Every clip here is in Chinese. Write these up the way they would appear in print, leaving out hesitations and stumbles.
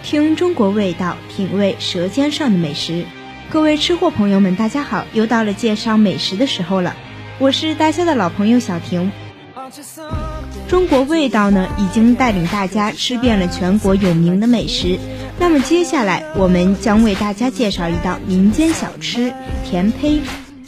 听中国味道，品味舌尖上的美食。各位吃货朋友们，大家好，又到了介绍美食的时候了。我是大家的老朋友小婷。中国味道呢，已经带领大家吃遍了全国有名的美食。那么接下来我们将为大家介绍一道民间小吃甜胚。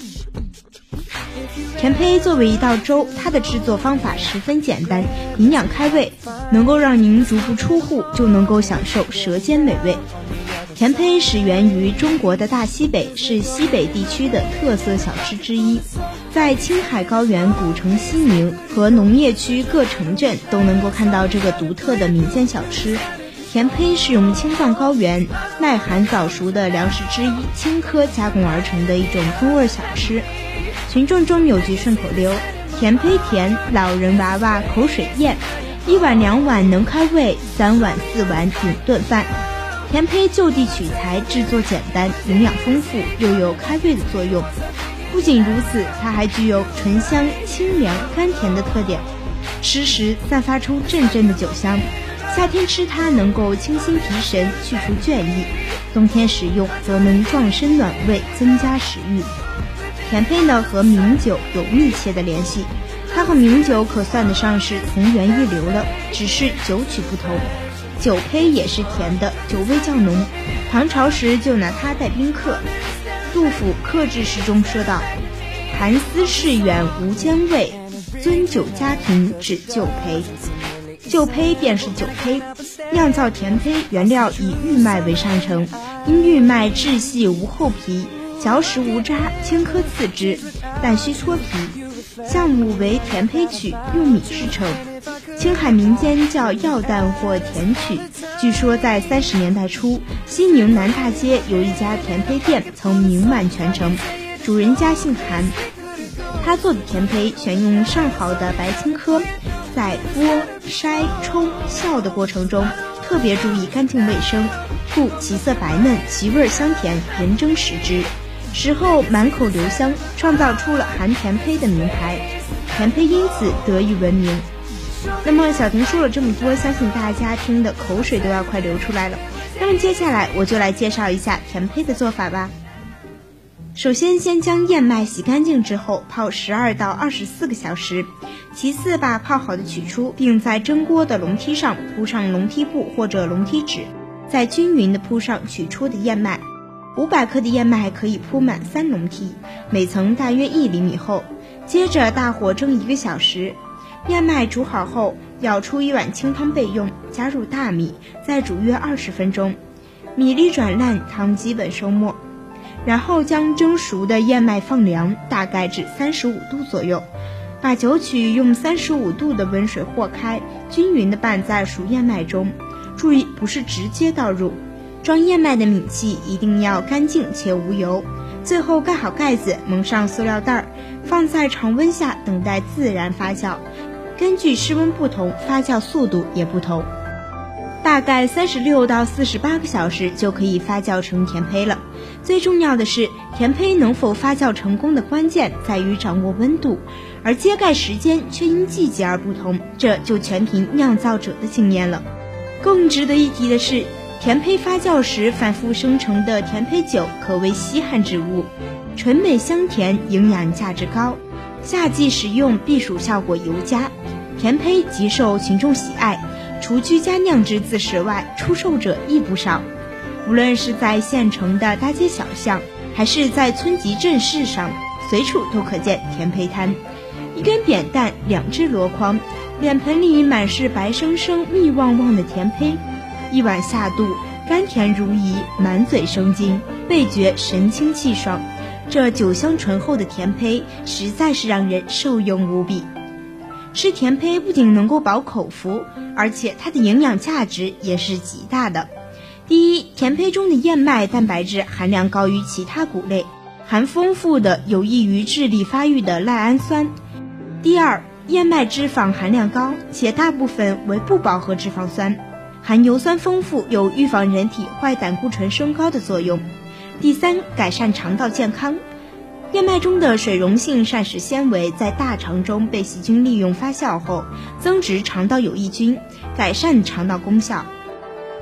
甜胚作为一道粥，它的制作方法十分简单，营养开胃，能够让您足不出户就能够享受舌尖美味。甜胚始源于中国的大西北，是西北地区的特色小吃之一，在青海高原古城西宁和农业区各城镇都能够看到这个独特的民间小吃。甜胚是用青藏高原耐寒早熟的粮食之一青稞加工而成的一种风味小吃。群众中有句顺口溜：甜胚甜，老人娃娃口水咽，1碗2碗能开胃，3碗4碗顶顿饭。甜胚就地取材，制作简单，营养丰富，又有开胃的作用。不仅如此，它还具有醇香、清凉、甘甜的特点，吃时散发出阵阵的酒香。夏天吃它能够清新提神，去除倦意；冬天食用则能壮身暖胃，增加食欲。甜胚呢和名酒有密切的联系，它和名酒可算得上是同源一流了，只是酒曲不同。酒胚也是甜的，酒味较浓，唐朝时就拿它待宾客。杜甫客至诗中说道：寒思士远无兼味，樽酒家贫只旧胚。旧胚便是酒胚，酿造甜胚原料以玉麦为上乘，因玉麦质细无厚皮，嚼食无渣，千颗刺之，但需搓皮。项目为甜胚曲，用米制成。青海民间叫药蛋或甜曲。据说在30年代初，西宁南大街有一家甜胚店曾名满全城，主人家姓韩。他做的甜胚选用上好的白青稞，在剥、筛、冲、酵的过程中特别注意干净卫生，故其色白嫩，其味香甜，人争食之。食后满口留香，创造出了韩甜胚的名牌，甜胚因此得以闻名。那么小婷说了这么多，相信大家听的口水都要快流出来了。那么接下来我就来介绍一下甜胚的做法吧。首先将燕麦洗干净之后泡12到24个小时，其次把泡好的取出，并在蒸锅的笼屉上铺上笼屉布或者笼屉纸，再均匀地铺上取出的燕麦。500克的燕麦可以铺满3笼屉，每层大约1厘米厚。接着大火蒸1个小时，燕麦煮好后舀出1碗清汤备用，加入大米，再煮约20分钟，米粒转烂，汤基本收没。然后将蒸熟的燕麦放凉，大概至35度左右，把酒曲用35度的温水和开，均匀地拌在熟燕麦中，注意不是直接倒入。装燕麦的米器一定要干净且无油，最后盖好盖子，蒙上塑料袋，放在常温下等待自然发酵。根据室温不同，发酵速度也不同，大概36到48个小时就可以发酵成甜胚了。最重要的是，甜胚能否发酵成功的关键在于掌握温度，而揭盖时间却因季节而不同，这就全凭酿造者的经验了。更值得一提的是，甜胚发酵时反复生成的甜胚酒可谓稀罕之物，醇美香甜，营养价值高，夏季食用避暑效果尤佳。甜胚极受群众喜爱，除居家酿制自食外，出售者亦不少。无论是在县城的大街小巷，还是在村集镇市上，随处都可见甜胚摊。一根扁担，2只箩筐，脸盆里满是白生生蜜旺旺的甜胚，一碗下肚，甘甜如饴，满嘴生津，味觉神清气爽。这酒香醇厚的甜胚实在是让人受用无比。吃甜胚不仅能够饱口福，而且它的营养价值也是极大的。第一，甜胚中的燕麦蛋白质含量高于其他谷类，含丰富的有益于智力发育的赖氨酸。第二，燕麦脂肪含量高，且大部分为不饱和脂肪酸，含油酸丰富，有预防人体坏胆固醇升高的作用。第三，改善肠道健康。燕麦中的水溶性膳食纤维在大肠中被细菌利用发酵后，增殖肠道有益菌，改善肠道功效。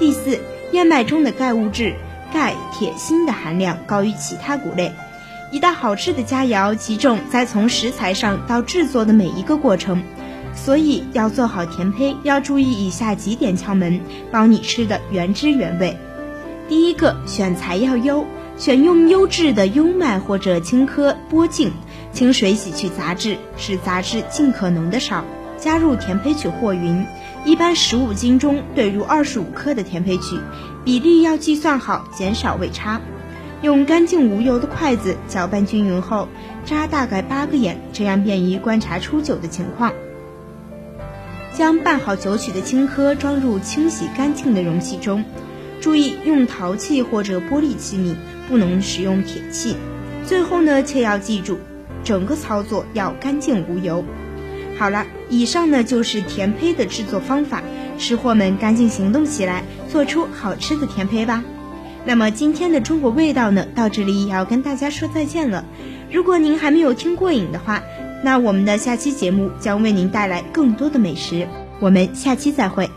第四，燕麦中的钙物质钙、铁、锌的含量高于其他谷类。一道好吃的佳肴集中在从食材上到制作的每一个过程，所以要做好甜胚要注意以下几点窍门，帮你吃的原汁原味。第一个，选材要优，选用优质的优麦或者青稞剥净，清水洗去杂质，使杂质尽可能的少，加入甜胚取和匀，一般15斤中兑入25克的甜胚取，比例要计算好，减少位差。用干净无油的筷子搅拌均匀后，扎大概8个眼，这样便于观察出酒的情况。将拌好酒曲的青稞装入清洗干净的容器中，注意用陶器或者玻璃器皿，不能使用铁器。最后呢，切要记住，整个操作要干净无油。好了，以上呢就是甜胚的制作方法，吃货们赶紧行动起来，做出好吃的甜胚吧。那么今天的中国味道呢，到这里也要跟大家说再见了。如果您还没有听过瘾的话，那我们的下期节目将为您带来更多的美食，我们下期再会。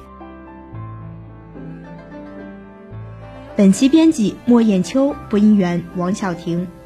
本期编辑莫艳秋，播音员王晓婷。